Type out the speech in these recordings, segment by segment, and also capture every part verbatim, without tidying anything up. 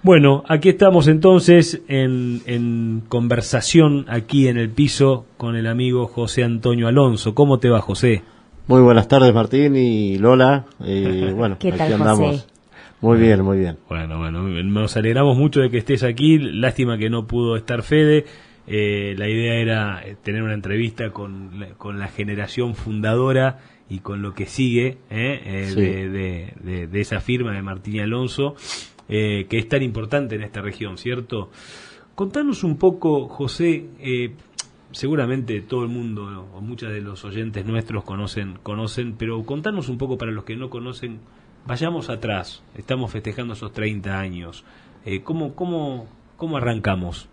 Bueno, aquí estamos entonces en, en conversación aquí en el piso con el amigo José Antonio Alonso. ¿Cómo te va, José? Muy buenas tardes, Martín y Lola. Eh, bueno, ¿Qué tal, aquí andamos. José? Muy bien, muy bien. Bueno, bueno, nos alegramos mucho de que estés aquí. Lástima que no pudo estar Fede. Eh, la idea era tener una entrevista con la, con la generación fundadora y con lo que sigue eh, eh, Sí. de, de, de, de esa firma de Martín y Alonso, eh, que es tan importante en esta región, ¿cierto? Contanos un poco, José, eh, seguramente todo el mundo o muchos de los oyentes nuestros conocen, conocen, pero contanos un poco para los que no conocen, vayamos atrás, estamos festejando esos treinta años, eh, ¿cómo, cómo, cómo arrancamos?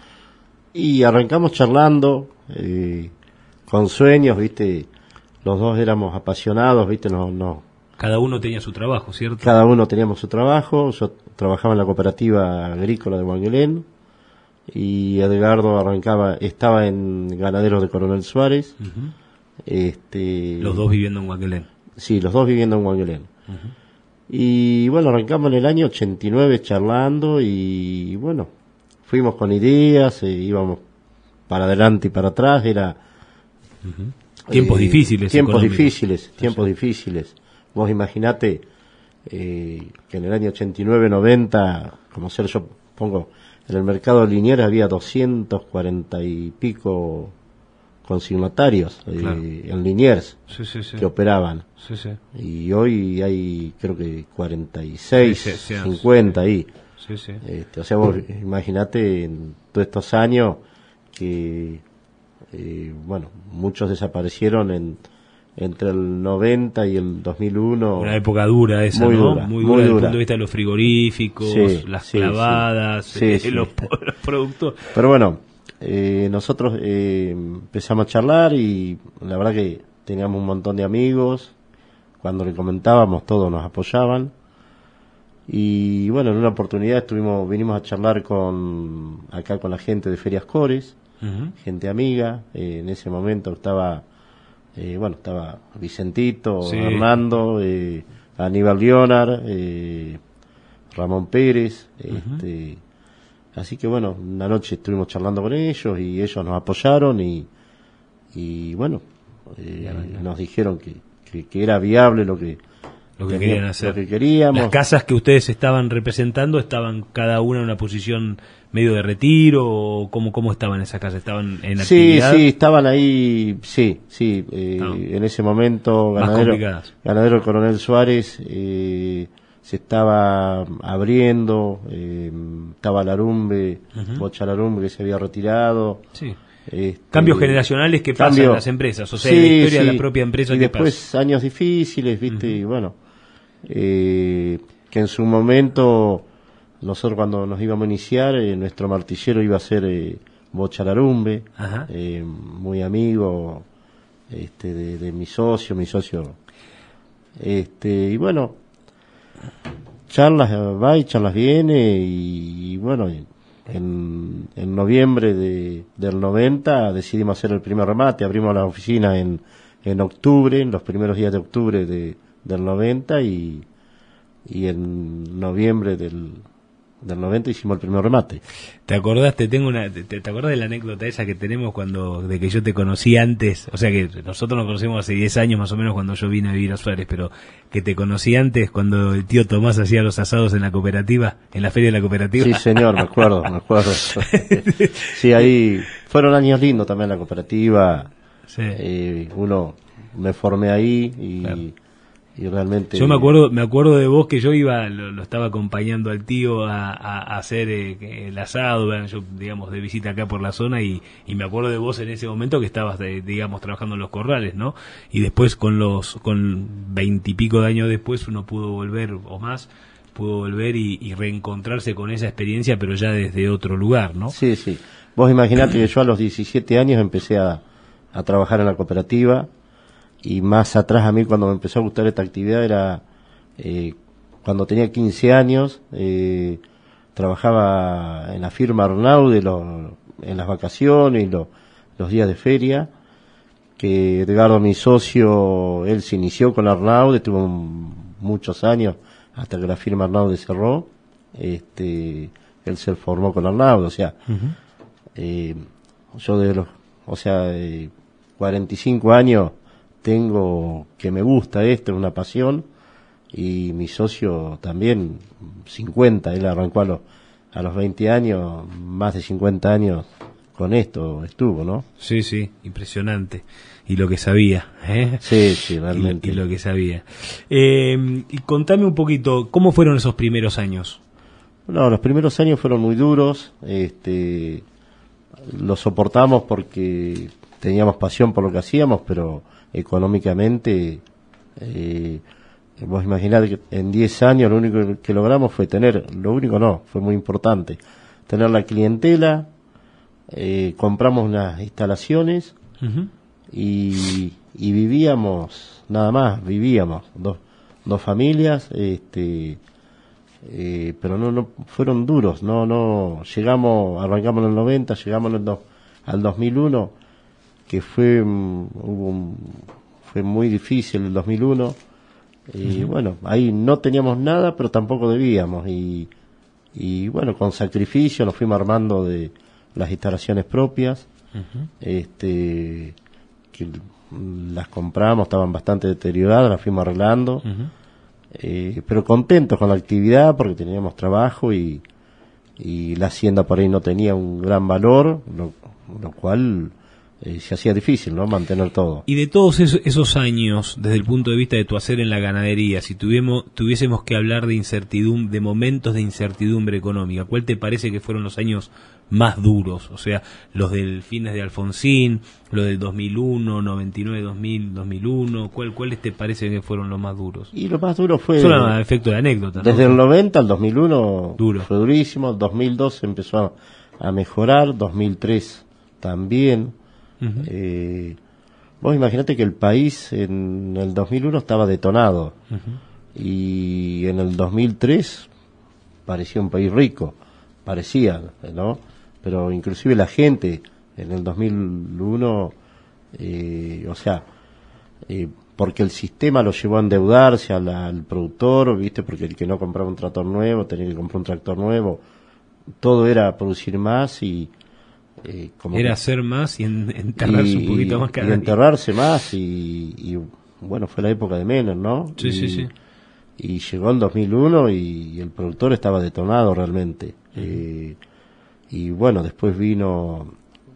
Y arrancamos charlando, eh, con sueños, viste, los dos éramos apasionados, viste, no, no, Cada uno tenía su trabajo, ¿cierto? cada uno teníamos su trabajo. Yo trabajaba en la cooperativa agrícola de Huanguelén y Edgardo arrancaba, estaba en Ganaderos de Coronel Suárez. Uh-huh. Este, Los dos viviendo en Huanguelén. Sí, los dos viviendo en Huanguelén. Uh-huh. Y bueno, arrancamos en el año ochenta y nueve charlando y bueno, fuimos con ideas, eh, íbamos para adelante y para atrás, era... Uh-huh. Tiempos eh, difíciles. Tiempos económicos. difíciles, tiempos difíciles. Vos imaginate eh, que en el año ochenta y nueve, noventa, como ser yo pongo, en el mercado de Liniers había doscientos cuarenta y pico consignatarios eh, Claro. en Liniers Sí, sí, sí. que operaban. Sí, sí. Y hoy hay creo que cuarenta y seis, Sí, sí, sí, cincuenta ahí. Sí, sí. Este, o sea, vos imaginate en todos estos años que, eh, bueno, muchos desaparecieron en entre el noventa y el dos mil uno. Una época dura esa, muy ¿no? dura, muy muy dura desde el dura. punto de vista de los frigoríficos, Sí, las sí, clavadas, sí. eh, Sí, sí. Los, los productos. Pero bueno, eh, nosotros eh, empezamos a charlar y la verdad que teníamos un montón de amigos. Cuando le comentábamos, todos nos apoyaban. Y bueno, en una oportunidad estuvimos, vinimos a charlar con acá con la gente de Ferias Cores, Uh-huh. gente amiga. Eh, en ese momento estaba, eh, bueno, estaba Vicentito, Sí. Hernando, eh, Aníbal Leonard, eh, Ramón Pérez. Uh-huh. Este, así que bueno, una noche estuvimos charlando con ellos y ellos nos apoyaron y, y bueno, eh, nos dijeron que, que, que era viable lo que Lo que teníamos- querían hacer. lo que queríamos. Las casas que ustedes estaban representando estaban cada una en una posición medio de retiro, o cómo, cómo estaban esas casas, estaban en Sí, actividad. sí, estaban ahí, sí, sí, eh, No. en ese momento Más Ganadero, complicadas. Ganadero Coronel Suárez eh, se estaba abriendo, eh, estaba Larumbe, Ujú. Bocha Larumbe que se había retirado. Sí. este, Cambios generacionales que pasan cambio- en las empresas, o sea, sí, en la historia de sí, la propia empresa y que después pasa. años difíciles, viste, y bueno, eh, que en su momento nosotros cuando nos íbamos a iniciar, eh, nuestro martillero iba a ser eh, Bocha Larumbe, Ajá. eh, muy amigo este de, de mi socio, mi socio, este y bueno, charlas eh, va y charlas viene y, y bueno, en, en noviembre de, del noventa decidimos hacer el primer remate, abrimos la oficina en, en octubre, en los primeros días de octubre de, del noventa y, y en noviembre del del noventa hicimos el primer remate. ¿Te acordás? Te tengo una, te, te acordás de la anécdota esa que tenemos cuando, de que yo te conocí antes? O sea que nosotros nos conocemos hace diez años más o menos cuando yo vine a vivir a Suárez, pero que te conocí antes cuando el tío Tomás hacía los asados en la cooperativa, en la feria de la cooperativa. Sí, señor, me acuerdo, me acuerdo. Sí, ahí fueron años lindos también la cooperativa. Sí. Eh, uno, me formé ahí y, Claro. y realmente... Yo me acuerdo, me acuerdo de vos que yo iba, lo, lo estaba acompañando al tío a, a, a hacer eh, el asado, bueno, yo digamos de visita acá por la zona y, y me acuerdo de vos en ese momento que estabas de, digamos trabajando en los corrales, ¿no? Y después con los, con veintipico de años después uno pudo volver o más, pudo volver y, y reencontrarse con esa experiencia, pero ya desde otro lugar, ¿no? Sí, sí. Vos imaginate que yo a los diecisiete años empecé a, a trabajar en la cooperativa. Y más atrás a mí cuando me empezó a gustar esta actividad era eh, cuando tenía quince años, eh, trabajaba en la firma Arnaud de los, en las vacaciones y los, los días de feria, que Edgardo, mi socio, él se inició con Arnaud, estuvo muchos años hasta que la firma Arnaud cerró. este, él se formó con Arnaudo, o sea, uh-huh. eh, yo de los, o sea, eh, cuarenta y cinco años tengo que me gusta esto, es una pasión, y mi socio también, cincuenta, él arrancó a los, a los veinte años, más de cincuenta años con esto estuvo, ¿no? Sí, sí, impresionante. Y lo que sabía, ¿eh? Sí, sí, realmente. Y, y lo que sabía. Eh, y contame un poquito, ¿cómo fueron esos primeros años? No, los primeros años fueron muy duros, este, los soportamos porque teníamos pasión por lo que hacíamos, pero económicamente, eh, vos imaginate que en diez años lo único que logramos fue tener, lo único no, fue muy importante, tener la clientela, eh, compramos unas instalaciones, uh-huh. y, y vivíamos, nada más, vivíamos, dos, dos familias, este, eh, pero no, no, fueron duros, no, no, llegamos, arrancamos en el noventa, llegamos en el do, al dos mil uno, que fue, um, hubo un, fue muy difícil el dos mil uno, y uh-huh. bueno, ahí no teníamos nada, pero tampoco debíamos, y, y bueno, con sacrificio nos fuimos armando de las instalaciones propias, uh-huh. este, que las compramos, estaban bastante deterioradas, las fuimos arreglando, uh-huh. eh, pero contentos con la actividad porque teníamos trabajo y, y la hacienda por ahí no tenía un gran valor, lo, lo cual eh, se hacía difícil, ¿no?, mantener todo. Y de todos esos, esos años, desde el punto de vista de tu hacer en la ganadería, si tuviésemos, tuviésemos que hablar de incertidumbre, de momentos de incertidumbre económica, ¿cuál te parece que fueron los años más duros? O sea, los del fines de Alfonsín, los del dos mil uno, noventa y nueve, dos mil, dos mil uno, ¿cuál, ¿cuáles te parece que fueron los más duros? Y lo más duro fue... Solo a efecto de anécdota, ¿no? Desde el noventa al dos mil uno Duro. Fue durísimo, dos mil dos empezó a, a mejorar, dos mil tres también. Uh-huh. Eh, vos imaginate que el país en el dos mil uno estaba detonado, uh-huh. y en el dos mil tres parecía un país rico, parecía, ¿no? Pero inclusive la gente en el dos mil uno, eh, o sea, eh, porque el sistema lo llevó a endeudarse al, al productor, ¿viste? Porque el que no compraba un tractor nuevo tenía que comprar un tractor nuevo, todo era producir más y Eh, como era que, hacer más y en, enterrarse y, un poquito más cada y enterrarse más y, y bueno, fue la época de Menem, ¿no? Sí, y, sí, sí. Y llegó el dos mil uno y, y el productor estaba detonado realmente. Uh-huh. eh, y bueno, después vino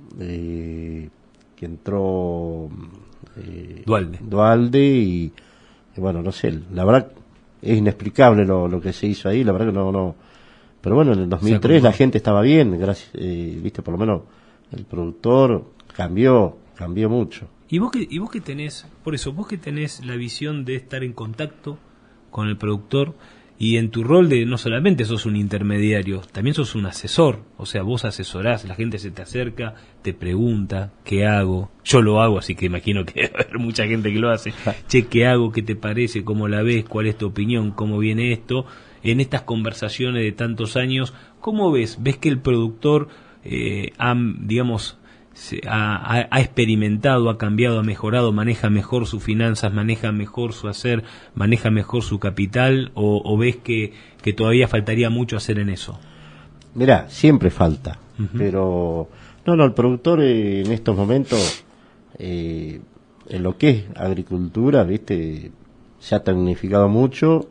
eh, que entró eh, Dualde. Dualde y, y bueno, no sé, la verdad es inexplicable lo, lo que se hizo ahí, la verdad que no, no. Pero bueno, en el dos mil tres la gente estaba bien, gracias, eh, viste, por lo menos el productor cambió, cambió mucho. Y vos que y vos que tenés, por eso, vos que tenés la visión de estar en contacto con el productor y en tu rol de no solamente sos un intermediario, también sos un asesor, o sea, vos asesorás, la gente se te acerca, te pregunta, ¿qué hago? Yo lo hago, así que imagino que va a haber mucha gente que lo hace. Che, ¿qué hago? ¿Qué te parece? ¿Cómo la ves? ¿Cuál es tu opinión? ¿Cómo viene esto? En estas conversaciones de tantos años, ¿cómo ves? ¿Ves que el productor eh, ha, digamos, se, ha, ha experimentado, ha cambiado, ha mejorado, maneja mejor sus finanzas, maneja mejor su hacer, maneja mejor su capital, o, o ves que, que todavía faltaría mucho hacer en eso? Mirá, siempre falta, uh-huh. pero no, no, el productor eh, en estos momentos, eh, en lo que es agricultura, viste, se ha tecnificado mucho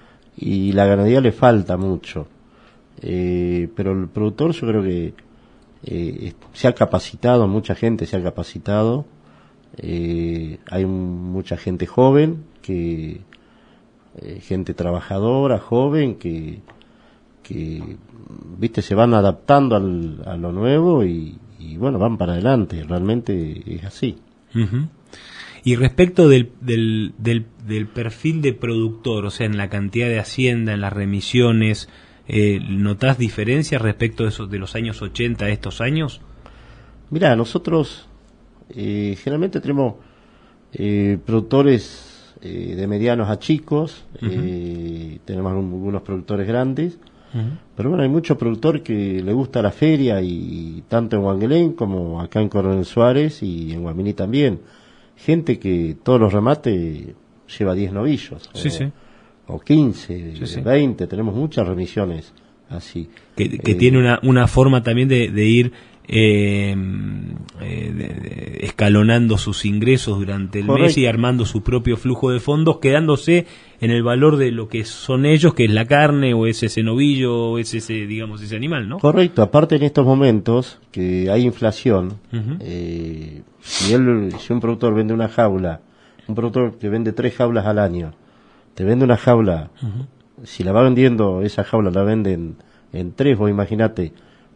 y la ganadería le falta mucho, eh, pero el productor yo creo que eh, se ha capacitado, mucha gente se ha capacitado, eh, hay un, mucha gente joven, que eh, gente trabajadora, joven, que, que viste, se van adaptando al, a lo nuevo y, y bueno, van para adelante, realmente es así. Uh-huh. Y respecto del, del, del, del perfil de productor, o sea, en la cantidad de hacienda, en las remisiones, eh, ¿notás diferencias respecto de, esos, de los años ochenta a estos años? Mirá, nosotros eh, generalmente tenemos eh, productores eh, de medianos a chicos, uh-huh. eh, tenemos algunos productores grandes, uh-huh. pero bueno, hay muchos productores que le gusta la feria, y tanto en Huanguelén como acá en Coronel Suárez y en Guaminí también. Gente que todos los remates lleva diez novillos, sí, o, sí. o quince, sí, sí. veinte, tenemos muchas remisiones así. Que, que eh, tiene una, una forma también de, de ir eh, eh, de, de, escalonando sus ingresos durante el correcto. mes y armando su propio flujo de fondos, quedándose en el valor de lo que son ellos, que es la carne, o es ese novillo, o es ese, digamos, ese animal, ¿no? Correcto, aparte en estos momentos que hay inflación, Uh-huh. eh, si, él, si un productor vende una jaula, un productor que vende tres jaulas al año, te vende una jaula, uh-huh. si la va vendiendo, esa jaula la venden en tres, vos imagínate,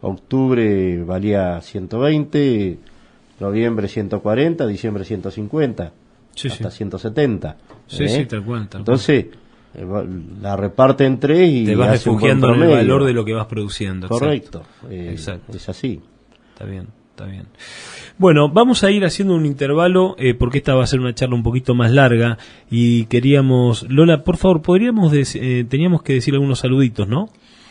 octubre valía ciento veinte, noviembre ciento cuarenta, diciembre ciento cincuenta, sí, hasta sí. ciento setenta. Sí, ¿eh? sí, tal cual, tal Entonces, eh, la reparte en tres y te vas hace un buen refugiando en el promedio. valor de lo que vas produciendo. Correcto, Exacto. eh, Exacto. es así. Está bien, está bien. Bueno, vamos a ir haciendo un intervalo eh, porque esta va a ser una charla un poquito más larga y queríamos, Lola, por favor, podríamos, dec- eh, teníamos que decir algunos saluditos, ¿no?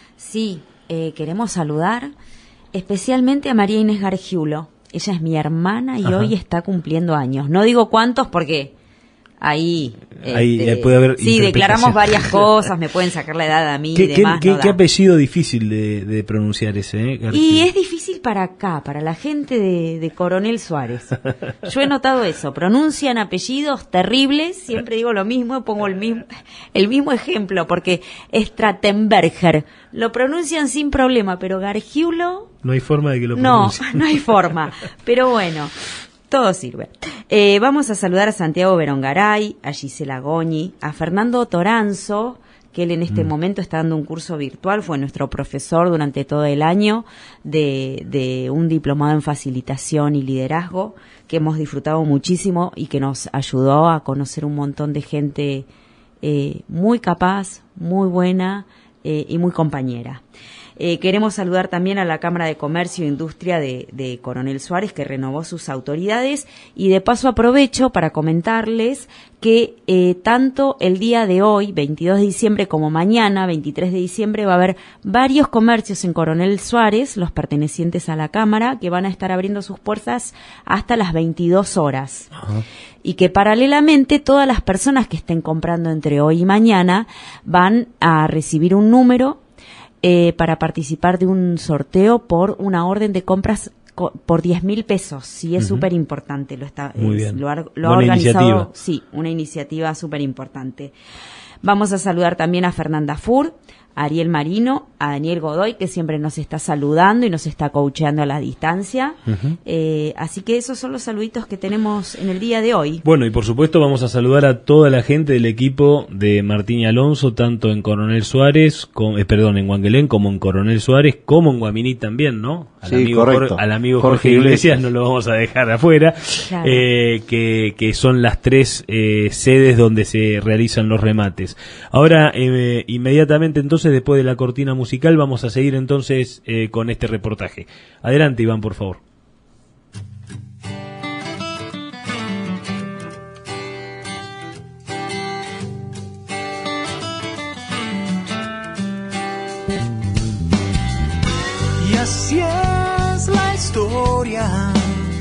Sí, eh, queremos saludar especialmente a María Inés Gargiulo. Ella es mi hermana y Ajá. hoy está cumpliendo años. No digo cuántos porque ahí... Ahí este, puede haber sí, interpretación. declaramos varias cosas, me pueden sacar la edad a mí y ¿Qué, qué, demás. qué- no qué da. apellido difícil de, de pronunciar ese, eh? García? Y es difícil para acá, para la gente de, de Coronel Suárez. Yo he notado eso, pronuncian apellidos terribles, siempre digo lo mismo, pongo el mismo, el mismo ejemplo, porque Stratenberger lo pronuncian sin problema, pero Gargiulo, No hay forma de que lo no, pronuncie. no hay forma. Pero bueno, todo sirve. Eh, vamos a saludar a Santiago Berongaray, a Gisela Goñi, a Fernando Toranzo, que él en este mm. momento está dando un curso virtual, fue nuestro profesor durante todo el año de, de un diplomado en facilitación y liderazgo, que hemos disfrutado muchísimo y que nos ayudó a conocer un montón de gente eh, muy capaz, muy buena eh, y muy compañera. Eh, queremos saludar también a la Cámara de Comercio e Industria de, de Coronel Suárez, que renovó sus autoridades, y de paso aprovecho para comentarles que eh, tanto el día de hoy, veintidós de diciembre, como mañana, veintitrés de diciembre, va a haber varios comercios en Coronel Suárez, los pertenecientes a la Cámara, que van a estar abriendo sus puertas hasta las veintidós horas. Ajá. Y que paralelamente todas las personas que estén comprando entre hoy y mañana van a recibir un número Eh, para participar de un sorteo por una orden de compras co- por diez mil pesos. Sí, es súper uh-huh. importante. Lo está, Muy es, bien. Lo ha, lo ha Buena organizado. Iniciativa. Sí, una iniciativa súper importante. Vamos a saludar también a Fernanda Fur, a Ariel Marino, a Daniel Godoy, que siempre nos está saludando y nos está coacheando a la distancia. Uh-huh. Eh, así que esos son los saluditos que tenemos en el día de hoy. Bueno, y por supuesto vamos a saludar a toda la gente del equipo de Martín y Alonso, tanto en Coronel Suárez, con, eh, perdón, en Huanguelén, como en Coronel Suárez, como en Guaminí también, ¿no? Al sí, amigo correcto. Jorge, al amigo Jorge, Jorge Iglesias, Iglesias no lo vamos a dejar afuera, Claro. eh, que, que son las tres eh, sedes donde se realizan los remates. Ahora, eh, inmediatamente entonces, después de la cortina musical, vamos a seguir entonces eh, con este reportaje. Adelante, Iván, por favor. Y así es la historia.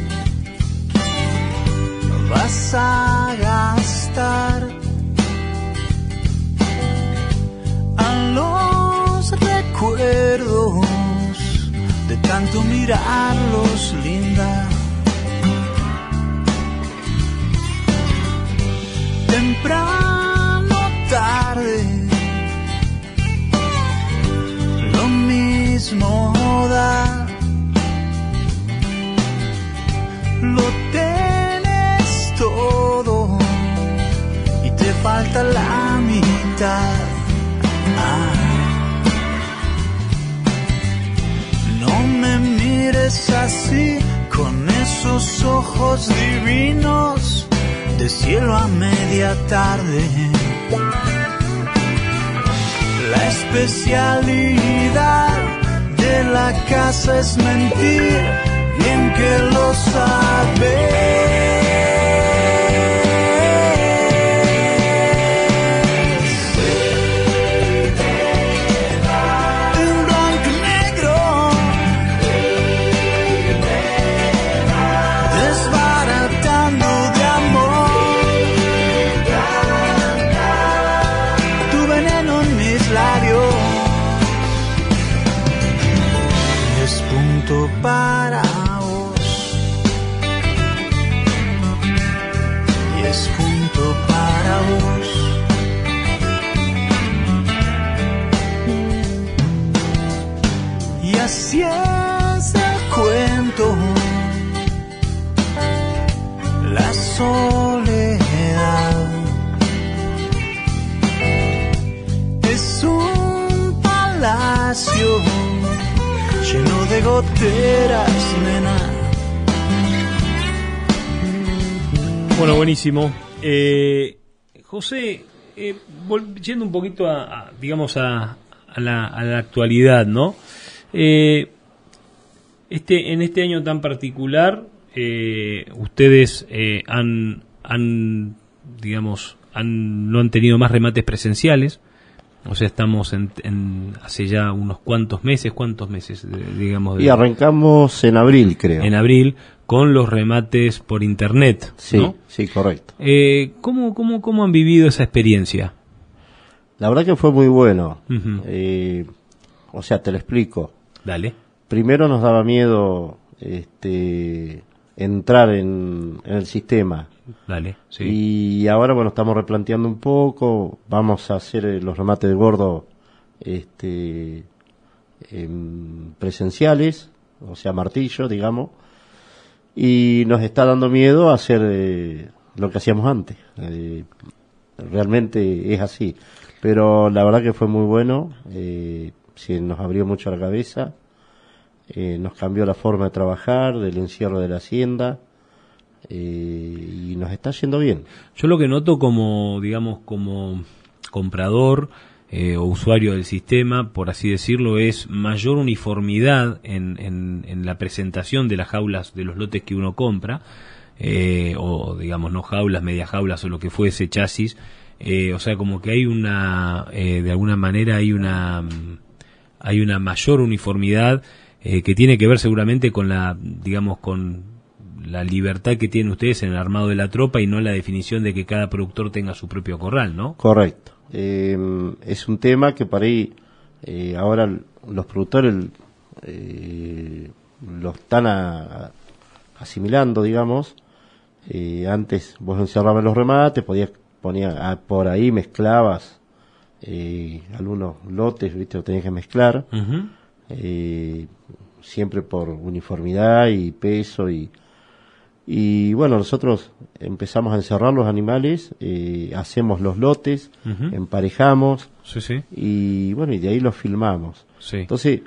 Vas a gastar a los recuerdos de tanto mirarlos, linda. Temprano, tarde, lo mismo da. Lo tienes todo y te falta la mitad. Ah. No me mires así, con esos ojos divinos de cielo a media tarde. La especialidad de la casa es mentir, bien que lo sabes. junto para vos. Y es junto para vos. Y así es el cuento, la soledad es un palacio lleno de goteras, nena. Bueno, buenísimo. Eh, José, eh, yendo un poquito a, a digamos, a, a, la, a la actualidad, ¿no? Eh, este, en este año tan particular, eh, ustedes eh, han, han, digamos, han, no han tenido más remates presenciales. O sea, estamos en, en hace ya unos cuantos meses, ¿cuántos meses, digamos? De, y arrancamos en abril, creo. En abril, con los remates por internet, sí, ¿no? Sí, correcto. Eh, ¿cómo, cómo, ¿Cómo han vivido esa experiencia? La verdad que fue muy bueno. Uh-huh. Eh, o sea, te lo explico. Dale. Primero nos daba miedo este, entrar en, en el sistema. Dale, sí. Y ahora, bueno, estamos replanteando un poco. Vamos a hacer eh, los remates de gordo este, em, presenciales, o sea, martillo, digamos. Y nos está dando miedo a hacer eh, lo que hacíamos antes. Eh, realmente es así. Pero la verdad que fue muy bueno. Eh, sí, nos abrió mucho la cabeza. Eh, nos cambió la forma de trabajar, del encierro de la hacienda. Eh, y nos está yendo bien. Yo lo que noto como, digamos, como comprador eh, o usuario del sistema, por así decirlo, es mayor uniformidad en, en, en la presentación de las jaulas, de los lotes que uno compra, eh, o digamos, no jaulas, media jaulas o lo que fuese, chasis. Eh, o sea, como que hay una, eh, de alguna manera hay una, hay una mayor uniformidad eh, que tiene que ver seguramente con la, digamos, con la libertad que tienen ustedes en el armado de la tropa y no la definición de que cada productor tenga su propio corral, ¿no? Correcto. Eh, es un tema que para ahí eh, ahora los productores eh, lo están a, a, asimilando, digamos. Eh, antes vos encerrabas los remates, podías poner ah, por ahí mezclabas eh, algunos lotes, viste, lo tenías que mezclar. Uh-huh. eh, siempre por uniformidad y peso y Y bueno, nosotros empezamos a encerrar los animales, eh, hacemos los lotes, uh-huh. emparejamos, sí, sí. y bueno, y de ahí los filmamos. Sí. Entonces,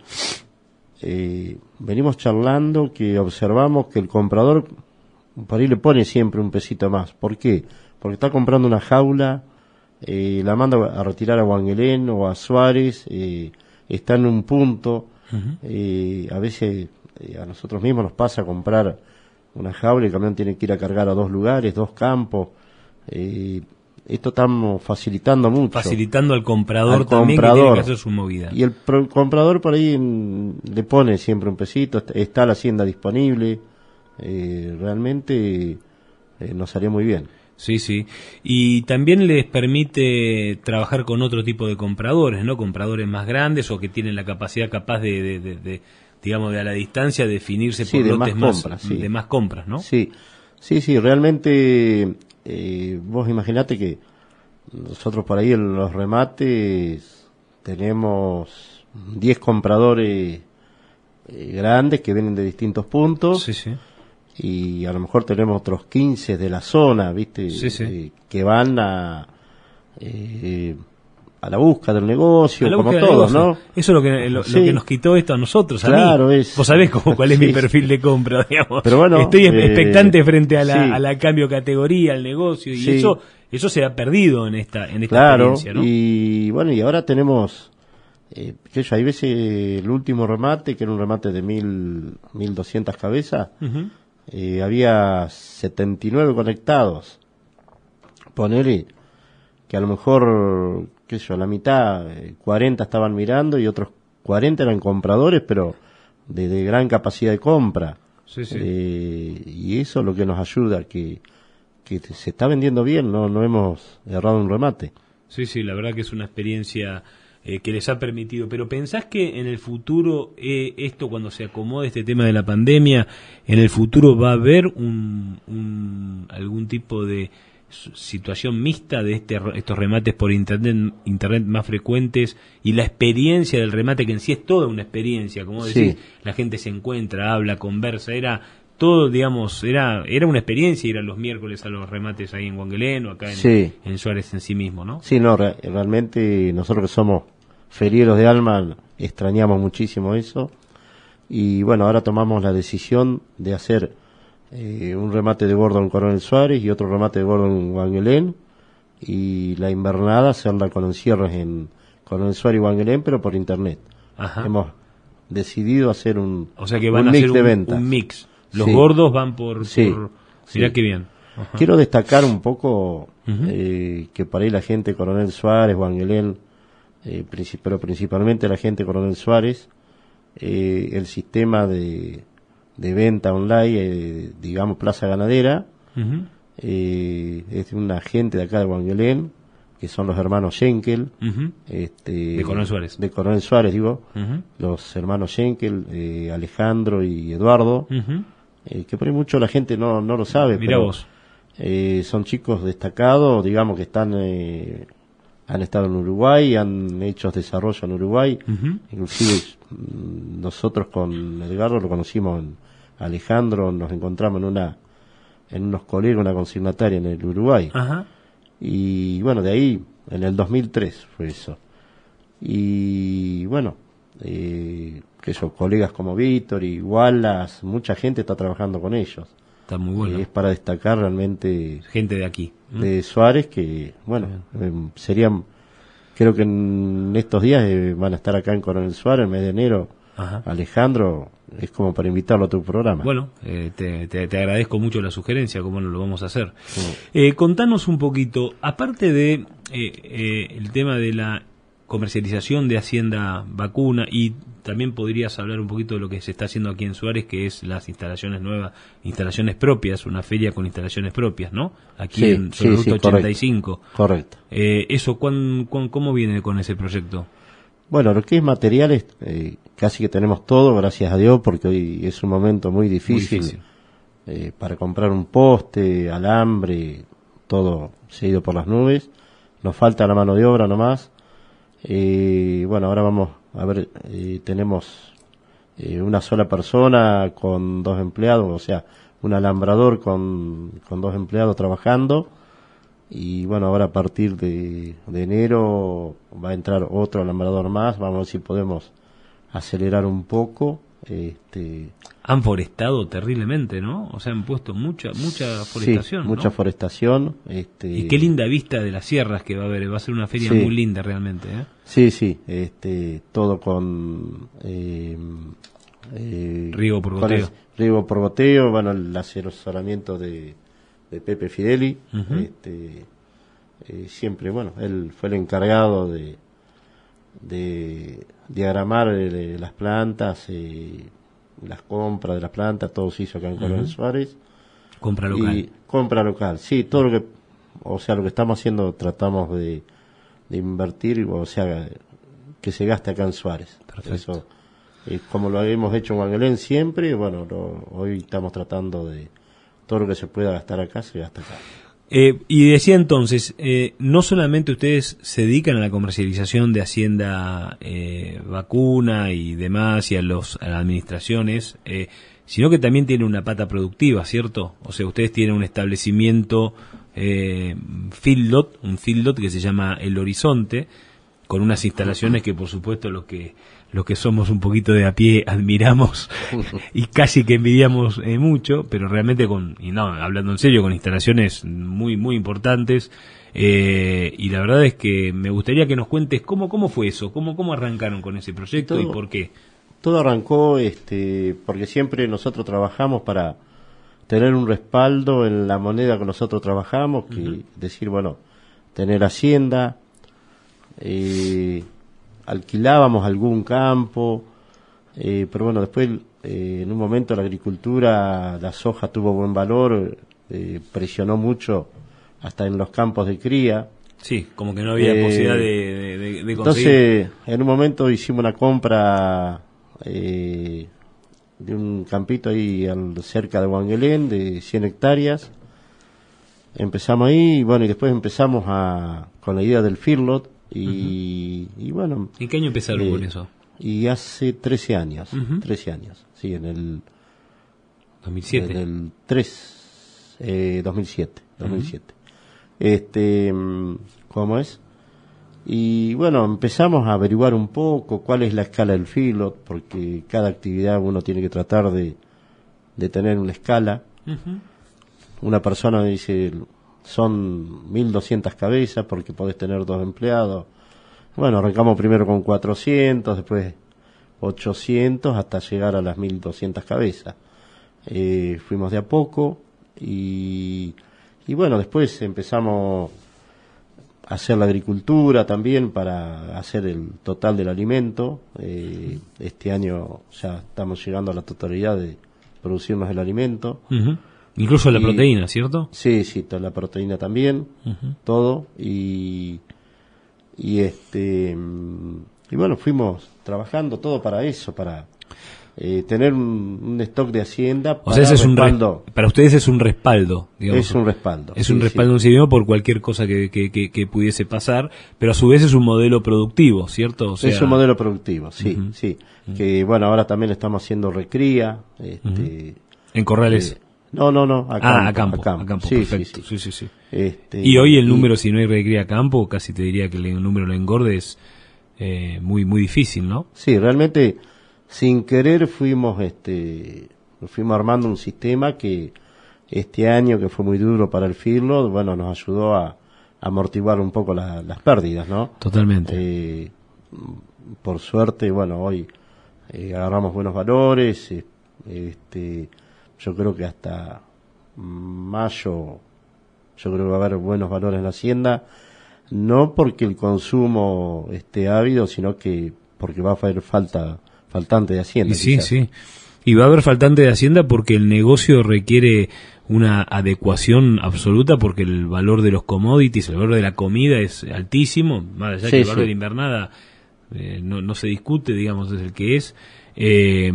eh, venimos charlando que observamos que el comprador por ahí le pone siempre un pesito más. ¿Por qué? Porque está comprando una jaula, eh, la manda a retirar a Guanguelén o a Suárez, eh, está en un punto, uh-huh. eh, a veces eh, a nosotros mismos nos pasa a comprar una jaula y el camión tiene que ir a cargar a dos lugares, dos campos. Eh, esto estamos facilitando mucho. Facilitando al comprador al también comprador. Que tiene que hacer su movida. Y el pro- comprador por ahí en, le pone siempre un pesito, está, está la hacienda disponible. Eh, realmente eh, nos haría muy bien. Sí, sí. Y también les permite trabajar con otro tipo de compradores, ¿no? Compradores más grandes o que tienen la capacidad capaz de... de, de, de digamos, de a la distancia, definirse sí, por de lotes más, más, compras, sí. de más compras, ¿no? Sí, sí, sí, realmente eh, vos imaginate que nosotros por ahí en los remates tenemos diez compradores eh, grandes que vienen de distintos puntos. Sí, sí. Y a lo mejor tenemos otros quince de la zona, ¿viste? Sí, sí. Eh, que van a... Eh, a la búsqueda del negocio, la como búsqueda todos, del ¿no? negocio. Eso es lo que, lo, Sí. lo que nos quitó esto a nosotros, a Claro, mí. es- Vos sabés cómo, cuál es Sí, mi perfil sí. de compra, digamos. Pero bueno, Estoy eh, expectante frente a la, sí. a la cambio categoría, al negocio, y Sí. eso eso se ha perdido en esta en esta Claro, experiencia, ¿no? y bueno, y ahora tenemos, eh, que yo, hay veces el último remate, que era un remate de mil, mil doscientas cabezas, Ujú. eh, había setenta y nueve conectados. Ponele que a lo mejor, qué sé yo, la mitad, eh, cuarenta estaban mirando y otros cuarenta eran compradores, pero de, de gran capacidad de compra. Sí, sí. Eh, y eso es lo que nos ayuda, que, que se está vendiendo bien, no, no hemos errado un remate. Sí, sí, la verdad que es una experiencia eh, que les ha permitido. Pero ¿pensás que en el futuro, eh, esto cuando se acomode este tema de la pandemia, en el futuro va a haber un, un algún tipo de situación mixta de este, estos remates por internet, internet más frecuentes y la experiencia del remate, que en sí es toda una experiencia, como decís, Sí. la gente se encuentra, habla, conversa, era todo, digamos, era era una experiencia ir a los miércoles a los remates ahí en Guanguelén o acá en, Sí. en Suárez en sí mismo, ¿no? Sí, no, re- realmente nosotros que somos ferieros de alma extrañamos muchísimo eso y bueno, ahora tomamos la decisión de hacer eh, un remate de bordo en Coronel Suárez y otro remate de bordo en Guanguelén y la invernada hacerla con encierros en Coronel Suárez y Guanguelén, pero por internet. Ajá. Hemos decidido hacer un, O sea que van un a mix hacer de un, ventas. un mix. Los Sí. gordos van por... Sí. por mirá Sí. qué bien. Ajá. Quiero destacar un poco Ujú. eh, que para ahí la gente Coronel Suárez, Guanguelén, eh, princip- pero principalmente la gente Coronel Suárez, eh, el sistema de, de venta online, eh, digamos Plaza Ganadera, Ujú. eh, es de una gente de acá de Guanguelén, que son los hermanos Schenkel, Ujú. este, De Coronel Suárez. de Coronel Suárez, digo, Ujú. los hermanos Schenkel, eh, Alejandro y Eduardo, Ujú. eh, que por ahí mucho la gente no, no lo sabe. Mirá pero, vos. eh, son chicos destacados, digamos que están eh, han estado en Uruguay, han hecho desarrollo en Uruguay, Ujú. inclusive mm, nosotros con Edgardo lo conocimos en Alejandro, nos encontramos en una en unos colegas, una consignataria en el Uruguay, Ajá. y bueno, de ahí en el dos mil tres fue eso, y bueno, eh, que esos colegas como Víctor y Wallace, mucha gente está trabajando con ellos. Está muy bueno. Eh, es para destacar realmente Gente de aquí. ¿Mm? de Suárez, que bueno, eh, serían, creo que en estos días eh, van a estar acá en Coronel Suárez, el mes de enero. Ajá. Alejandro, es como para invitarlo a tu programa. Bueno, eh, te, te, te agradezco mucho la sugerencia, cómo no lo vamos a hacer. Sí. Eh, contanos un poquito, aparte de eh, eh, el tema de la comercialización de Hacienda Vacuna, y también podrías hablar un poquito de lo que se está haciendo aquí en Suárez, que es las instalaciones nuevas, instalaciones propias, una feria con instalaciones propias, ¿no? Aquí Sí, en sí, sobre sí, Ruta ochenta y cinco. Correcto. Eh, eso, ¿cuán, cuán, ¿cómo viene con ese proyecto? Bueno, lo que es materiales, eh, casi que tenemos todo, gracias a Dios, porque hoy es un momento muy difícil, Muy difícil. eh, para comprar un poste, alambre, todo se ha ido por las nubes. Nos falta la mano de obra nomás. Eh, bueno, ahora vamos a ver, eh, tenemos eh, una sola persona con dos empleados, o sea, un alambrador con, con dos empleados trabajando. Y bueno, ahora a partir de, de enero va a entrar otro alambrador más, vamos a ver si podemos acelerar un poco. Este, Han forestado terriblemente, ¿no? O sea, han puesto mucha mucha forestación, sí, ¿no? mucha forestación. Este, Y qué linda vista de las sierras que va a haber, va a ser una feria Sí. muy linda realmente, ¿eh? Sí, sí, este, todo con eh, eh, Riego por con goteo. el riego por goteo, bueno, el asesoramiento de, de Pepe Fideli, Ujú. este, eh, siempre, bueno, él fue el encargado de, de diagramar eh, las plantas, eh, las compras de las plantas, todo se hizo acá en Coronel Ujú. Suárez. Compra local. Y compra local, sí, todo lo que, o sea, lo que estamos haciendo tratamos de, de invertir, o sea, que se gaste acá en Suárez. Perfecto. Eso, eh, como lo hemos hecho en Guanguelén siempre, bueno, lo- hoy estamos tratando de todo lo que se pueda gastar acá, se gasta acá. Eh, y decía entonces, eh, no solamente ustedes se dedican a la comercialización de Hacienda eh, Vacuna y demás y a, los, a las administraciones, eh, sino que también tienen una pata productiva, ¿cierto? O sea, ustedes tienen un establecimiento eh, Fieldot, un Fieldot que se llama El Horizonte, con unas instalaciones que por supuesto los que los que somos un poquito de a pie admiramos y casi que envidiamos eh, mucho, pero realmente con, y no, hablando en serio, con instalaciones muy muy importantes, eh, y la verdad es que me gustaría que nos cuentes cómo cómo fue eso, cómo cómo arrancaron con ese proyecto Todo- y por qué. Todo arrancó, este, porque siempre nosotros trabajamos para tener un respaldo en la moneda que nosotros trabajamos, que Ujú. decir, bueno, tener hacienda, eh, alquilábamos algún campo, eh, pero bueno, después eh, en un momento la agricultura, la soja tuvo buen valor, eh, presionó mucho hasta en los campos de cría, Sí, como que no había Eh, posibilidad de, de, de, de conseguir. Entonces, en un momento hicimos una compra eh, de un campito ahí al, cerca de Huanguelén, de cien hectáreas. Empezamos ahí, y bueno, y después empezamos a con la idea del feedlot, y, uh-huh. y bueno... ¿En qué año empezaron eh, con eso? Y hace trece años, Uh-huh. trece años, sí, en el... dos mil siete. En el tres, eh, dos mil siete, dos mil siete. Uh-huh. Este, ¿cómo es? Y bueno, empezamos a averiguar un poco cuál es la escala del feedlot, porque cada actividad uno tiene que tratar de, de tener una escala. Uh-huh. Una persona dice, son mil doscientas cabezas porque podés tener dos empleados. Bueno, arrancamos primero con cuatrocientos, después ochocientos, hasta llegar a las mil doscientas cabezas. Eh, fuimos de a poco y, y bueno, después empezamos a hacer la agricultura también para hacer el total del alimento. Eh, este año ya estamos llegando a la totalidad de producirnos el alimento. Uh-huh. Incluso la Y- proteína, ¿cierto? Sí, sí, toda la proteína también, Uh-huh. todo, y, y este mm, y bueno, fuimos trabajando todo para eso, para eh, tener un, un stock de hacienda. O Para sea, ese es un respaldo. res- para ustedes es un respaldo, digamos. Es un respaldo. Es sí, un sí. respaldo en sí mismo por cualquier cosa que, que, que, que pudiese pasar, pero a su vez es un modelo productivo, ¿cierto? O sea, Es un modelo productivo, sí, Ujú. sí. Que bueno, ahora también estamos haciendo recría. Este, en corrales. eh, no, no, no, a ah, campo. a campo, a campo, Sí, perfecto. sí, sí. Sí, sí, sí. Este, Y hoy el número, si no hay recría a campo, casi te diría que el número de engorde es eh, muy muy difícil, ¿no? Sí, realmente sin querer fuimos este fuimos armando un sistema que este año, que fue muy duro para el feedlot, bueno, nos ayudó a, a amortiguar un poco la- las pérdidas, ¿no? Totalmente. Eh, por suerte, bueno, hoy eh, agarramos buenos valores. eh, este, yo creo que hasta mayo, yo creo que va a haber buenos valores en la hacienda, no porque el consumo esté ávido, sino que porque va a haber falta faltante de hacienda. Y sí, quizás. sí. Y va a haber faltante de hacienda porque el negocio requiere una adecuación absoluta, porque el valor de los commodities, el valor de la comida es altísimo, más allá Sí, que el valor sí. de la invernada eh, no, no se discute, digamos, es el que es. Eh,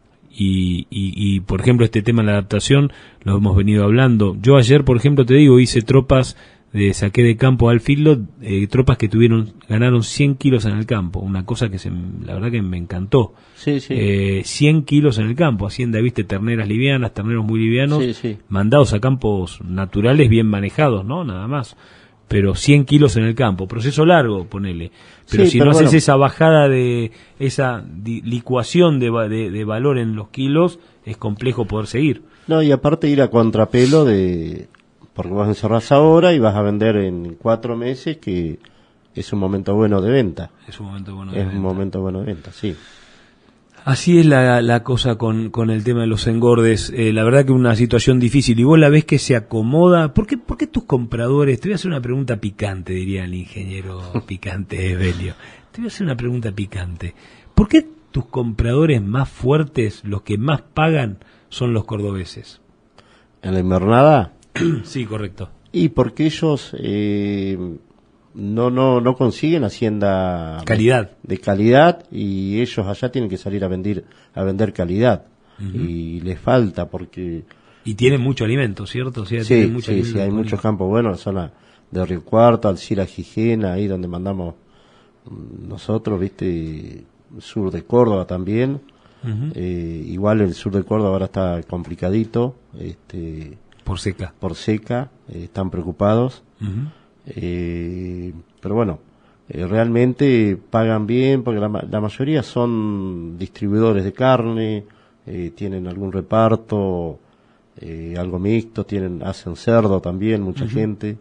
y, y, y, por ejemplo, este tema de la adaptación lo hemos venido hablando. Yo ayer, por ejemplo, te digo, hice tropas, de, saqué de campo al feedlot, eh, tropas que tuvieron, ganaron cien kilos en el campo, una cosa que se, la verdad que me encantó. Sí, sí. Eh, cien kilos en el campo, hacienda, viste, terneras livianas, terneros muy livianos, Sí, sí. mandados a campos naturales bien manejados, ¿no? Nada más. Pero cien kilos en el campo, proceso largo, ponele. Pero Sí, si pero no haces bueno. esa bajada de, esa di- licuación de, va- de, de valor en los kilos, es complejo poder seguir. No, y aparte ir a contrapelo de... Porque vos encerrás ahora y vas a vender en cuatro meses, que es un momento bueno de venta. Es un momento bueno de Es venta. un momento bueno de venta, sí. Así es la, la cosa con, con el tema de los engordes. Eh, la verdad que una situación difícil. Y vos la ves que se acomoda. ¿Por qué, por qué tus compradores? Te voy a hacer una pregunta picante, diría el ingeniero picante Evelio. Te voy a hacer una pregunta picante. ¿Por qué tus compradores más fuertes, los que más pagan, son los cordobeses? En la invernada, Sí, correcto. y porque ellos eh, no no no consiguen hacienda Calidad. de calidad, y ellos allá tienen que salir a vender a vender calidad. Y les falta porque Y tienen mucho alimento, ¿cierto? O sea, sí, tienen mucho sí, alimento sí, hay disponible. muchos campos buenos en la zona de Río Cuarto, Alcira, Gijena, ahí donde mandamos mm, nosotros, viste, sur de Córdoba también. Ujú. Eh, igual el sur de Córdoba ahora está complicadito, este, Por seca. por seca, eh, están preocupados. Ujú. Eh, pero bueno, eh, realmente pagan bien, porque la, ma- la mayoría son distribuidores de carne, eh, tienen algún reparto, eh, algo mixto, tienen hacen cerdo también, mucha gente.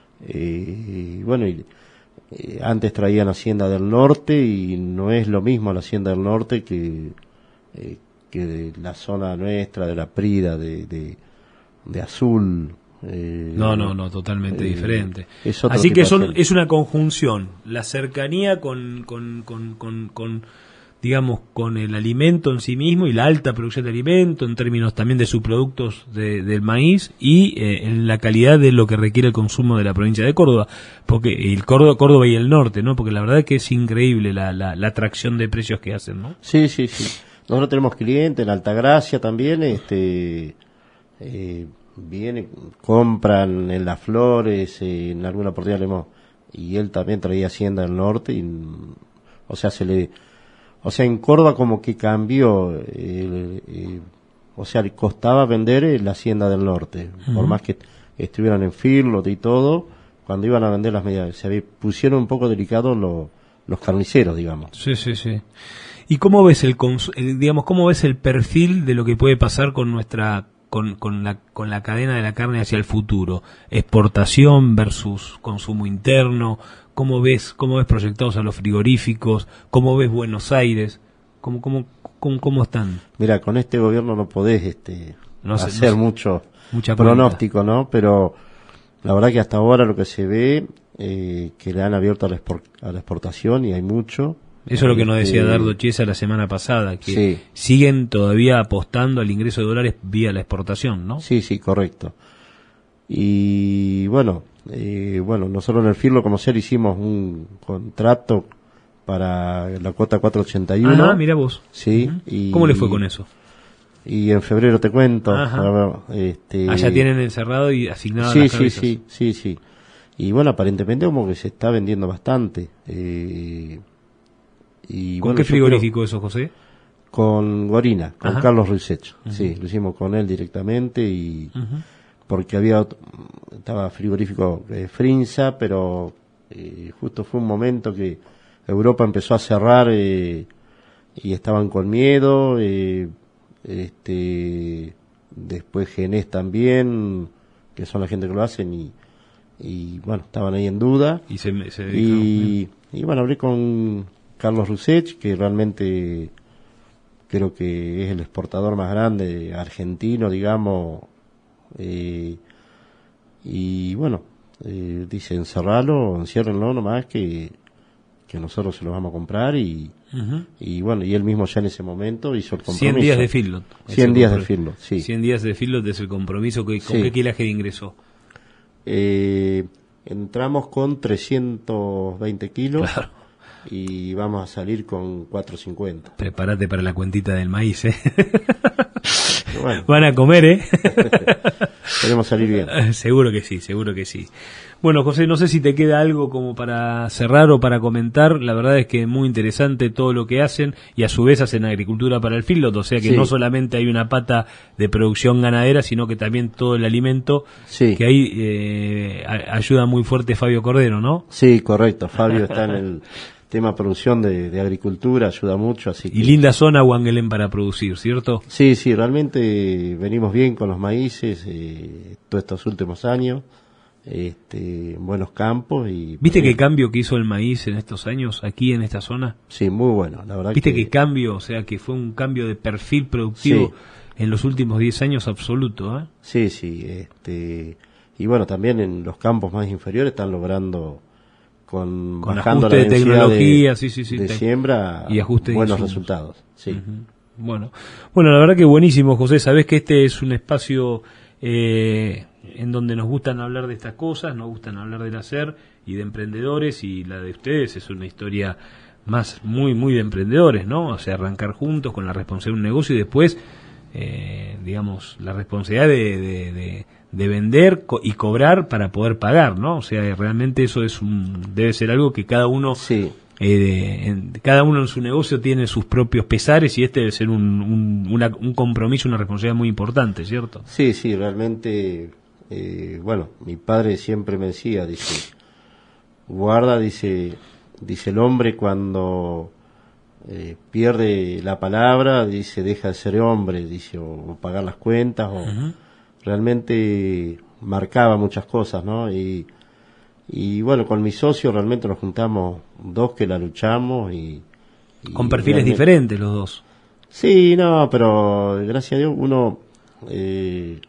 Eh, y bueno, y, eh, antes traían Hacienda del Norte, y no es lo mismo la Hacienda del Norte que, eh, que de la zona nuestra, de la Prida, de, de, de Azul. eh, No, no, no, totalmente eh, diferente. es otro Así que tipo de son, hacienda. es una conjunción, la cercanía con, con, con, con, con, digamos, con el alimento en sí mismo y la alta producción de alimento, en términos también de subproductos de, del maíz y eh, en la calidad de lo que requiere el consumo de la provincia de Córdoba, porque el Córdoba, Córdoba y el norte, ¿no? Porque la verdad es que es increíble la, la, la atracción de precios que hacen, ¿no? Sí, sí, sí. Nosotros tenemos clientes en Altagracia también, este, eh, vienen, compran en Las Flores, eh, en alguna oportunidad le hemos, y él también traía hacienda del norte, y, o sea, se le, o sea, en Córdoba como que cambió, eh, eh, o sea, le costaba vender eh, la hacienda del norte, uh-huh. por más que estuvieran en Firlot y todo, cuando iban a vender las medidas, se pusieron un poco delicados los, los carniceros, digamos. Sí, sí, sí. ¿Y cómo ves el, el digamos cómo ves el perfil de lo que puede pasar con nuestra con, con la con la cadena de la carne hacia el futuro? Exportación versus consumo interno. ¿Cómo ves cómo ves proyectados a los frigoríficos? ¿Cómo ves Buenos Aires? ¿Cómo cómo cómo, cómo están? Mira, con este gobierno no podés este no sé, hacer no sé, mucho mucha pronóstico, ¿no? Pero la verdad que hasta ahora lo que se ve eh, que le han abierto a la, export, a la exportación y hay mucho. Eso es lo que nos decía Dardo Chiesa la semana pasada, que sí. siguen todavía apostando al ingreso de dólares vía la exportación, ¿no? Sí, sí, correcto. Y bueno, eh, bueno, nosotros en el Firlo Comercial hicimos un contrato para la cuota cuatrocientos ochenta y uno. Ah, mira vos. Sí. Uh-huh. Y, ¿Cómo le fue con eso? Y en febrero te cuento. Ajá. Este, ah, ya tienen encerrado y asignado sí, las sí, cabezas. sí, sí, sí. Y bueno, aparentemente como que se está vendiendo bastante. Eh, Y ¿Con bueno, qué frigorífico creo, eso, José? Con Gorina, con Ajá. Carlos Ruisech. Uh-huh. Sí, lo hicimos con él directamente y Uh-huh. porque había otro, estaba frigorífico eh, Frinza, pero eh, justo fue un momento que Europa empezó a cerrar eh, y estaban con miedo. Eh, este, después Genés también, que son la gente que lo hacen y y bueno, estaban ahí en duda. Y se, se y, y bueno, hablé con Carlos Ruisech, que realmente creo que es el exportador más grande argentino, digamos, eh, y bueno, eh, dice encerralo, enciérrenlo nomás, que, que nosotros se lo vamos a comprar, y, uh-huh. y bueno, y él mismo ya en ese momento hizo el compromiso. cien días de Firlot. cien días de Firlot, sí. cien días de Firlot es el compromiso. ¿Con sí. qué kilaje de ingreso? Eh, entramos con trescientos veinte kilos. Claro. Y vamos a salir con cuatrocientos cincuenta. Prepárate para la cuentita del maíz, ¿eh? Bueno. Van a comer, ¿eh? Queremos salir bien. Seguro que sí, seguro que sí. Bueno, José, no sé si te queda algo como para cerrar o para comentar. La verdad es que es muy interesante todo lo que hacen y a su vez hacen agricultura para el feedlot, o sea que sí. no solamente hay una pata de producción ganadera, sino que también todo el alimento, sí. que ahí eh, ayuda muy fuerte Fabio Cordero, ¿no? Sí, correcto. Fabio está en el tema producción de, de agricultura, ayuda mucho. Así que... Y linda zona Wangelén para producir, ¿cierto? Sí, sí, realmente venimos bien con los maíces eh, todos estos últimos años. Este, buenos campos y ¿viste qué cambio que hizo el maíz en estos años aquí en esta zona? Sí, muy bueno, la verdad. ¿Viste que... qué cambio? O sea, que fue un cambio de perfil productivo sí. en los últimos diez años absoluto, ¿eh? Sí, sí, este, y bueno, también en los campos más inferiores están logrando con, con bajando ajuste la de tecnología, de, sí, sí, sí, de te... siembra y ajuste buenos de resultados, sí. Uh-huh. Bueno, bueno, la verdad que buenísimo, José. Sabés que este es un espacio eh, en donde nos gustan hablar de estas cosas, nos gustan hablar del hacer y de emprendedores, y la de ustedes es una historia más muy, muy de emprendedores, ¿no? O sea, arrancar juntos con la responsabilidad de un negocio y después, eh, digamos, la responsabilidad de, de, de, de vender co- y cobrar para poder pagar, ¿no? O sea, realmente eso es un, debe ser algo que cada uno... Sí. Eh, de, en, cada uno en su negocio tiene sus propios pesares y este debe ser un, un, una, un compromiso, una responsabilidad muy importante, ¿cierto? Sí, sí, realmente, eh, bueno, mi padre siempre me decía, dice, guarda, dice, dice el hombre cuando eh, pierde la palabra, dice, deja de ser hombre, dice, o, o pagar las cuentas, o uh-huh. realmente marcaba muchas cosas, ¿no? Y Y bueno, con mi socio realmente nos juntamos dos que la luchamos y... y con perfiles realmente... diferentes los dos. Sí, no, pero gracias a Dios uno... Eh,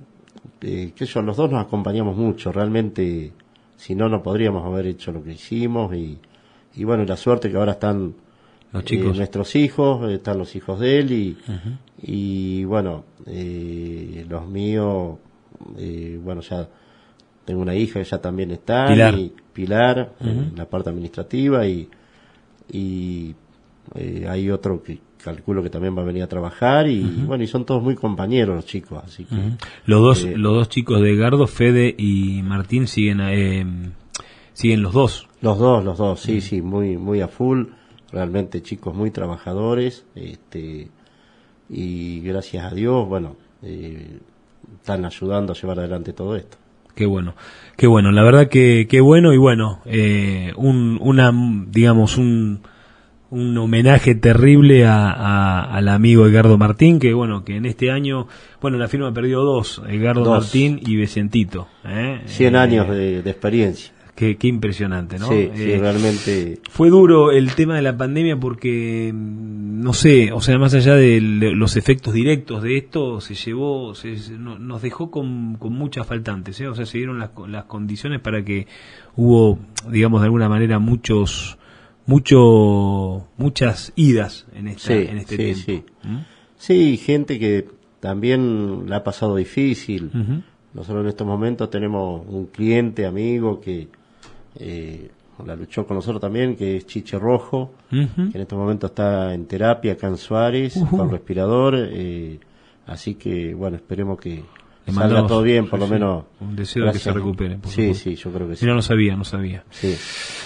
eh, qué sé yo, los dos nos acompañamos mucho, realmente si no, no podríamos haber hecho lo que hicimos y, y bueno, y la suerte que ahora están los chicos. Eh, nuestros hijos, están los hijos de él y, Uh-huh. y bueno, eh, los míos, eh, bueno, ya tengo una hija que ya también está, Pilar. y Pilar, Uh-huh. en la parte administrativa, y, y eh, hay otro que calculo que también va a venir a trabajar, y Uh-huh. bueno, y son todos muy compañeros los chicos, así que... Uh-huh. Los dos, Eh, los dos chicos de Gardo, Fede y Martín, siguen eh, siguen los dos. Los dos, los dos, sí, sí, muy muy a full, realmente chicos muy trabajadores, este y gracias a Dios, bueno, eh, están ayudando a llevar adelante todo esto. Qué bueno, qué bueno, la verdad que qué bueno y bueno, eh, un, una, digamos, un, un homenaje terrible a, a- al amigo Edgardo Martín, que bueno, que en este año, bueno, la firma perdió dos, Edgardo Dos. Martín y Vicentito. ¿eh? Cien Eh, años de, de experiencia. Qué, qué impresionante, ¿no? Sí, sí, Eh, realmente. Fue duro el tema de la pandemia porque, mm, no sé, o sea, más allá de l- los efectos directos de esto, se llevó, se, se- no- nos dejó con, con muchas faltantes, ¿eh? O sea, se dieron las, co- las condiciones para que hubo, digamos, de alguna manera muchos, mucho, muchas idas en, esta, Sí, en este sí, tiempo. sí. ¿Mm? Sí, gente que también la ha pasado difícil. Ujú. Nosotros en estos momentos tenemos un cliente, amigo, que eh, la luchó con nosotros también, que es Chiche Rojo, Ujú. que en estos momentos está en terapia acá en Suárez, Ujú. con respirador. eh, así que, bueno, esperemos que Le salga mandamos, todo bien, por sí, lo sí, menos. un deseo de que se Gracias. recupere. Por Sí, supuesto. sí, yo creo que sí. Mira, no sabía, no sabía. Sí.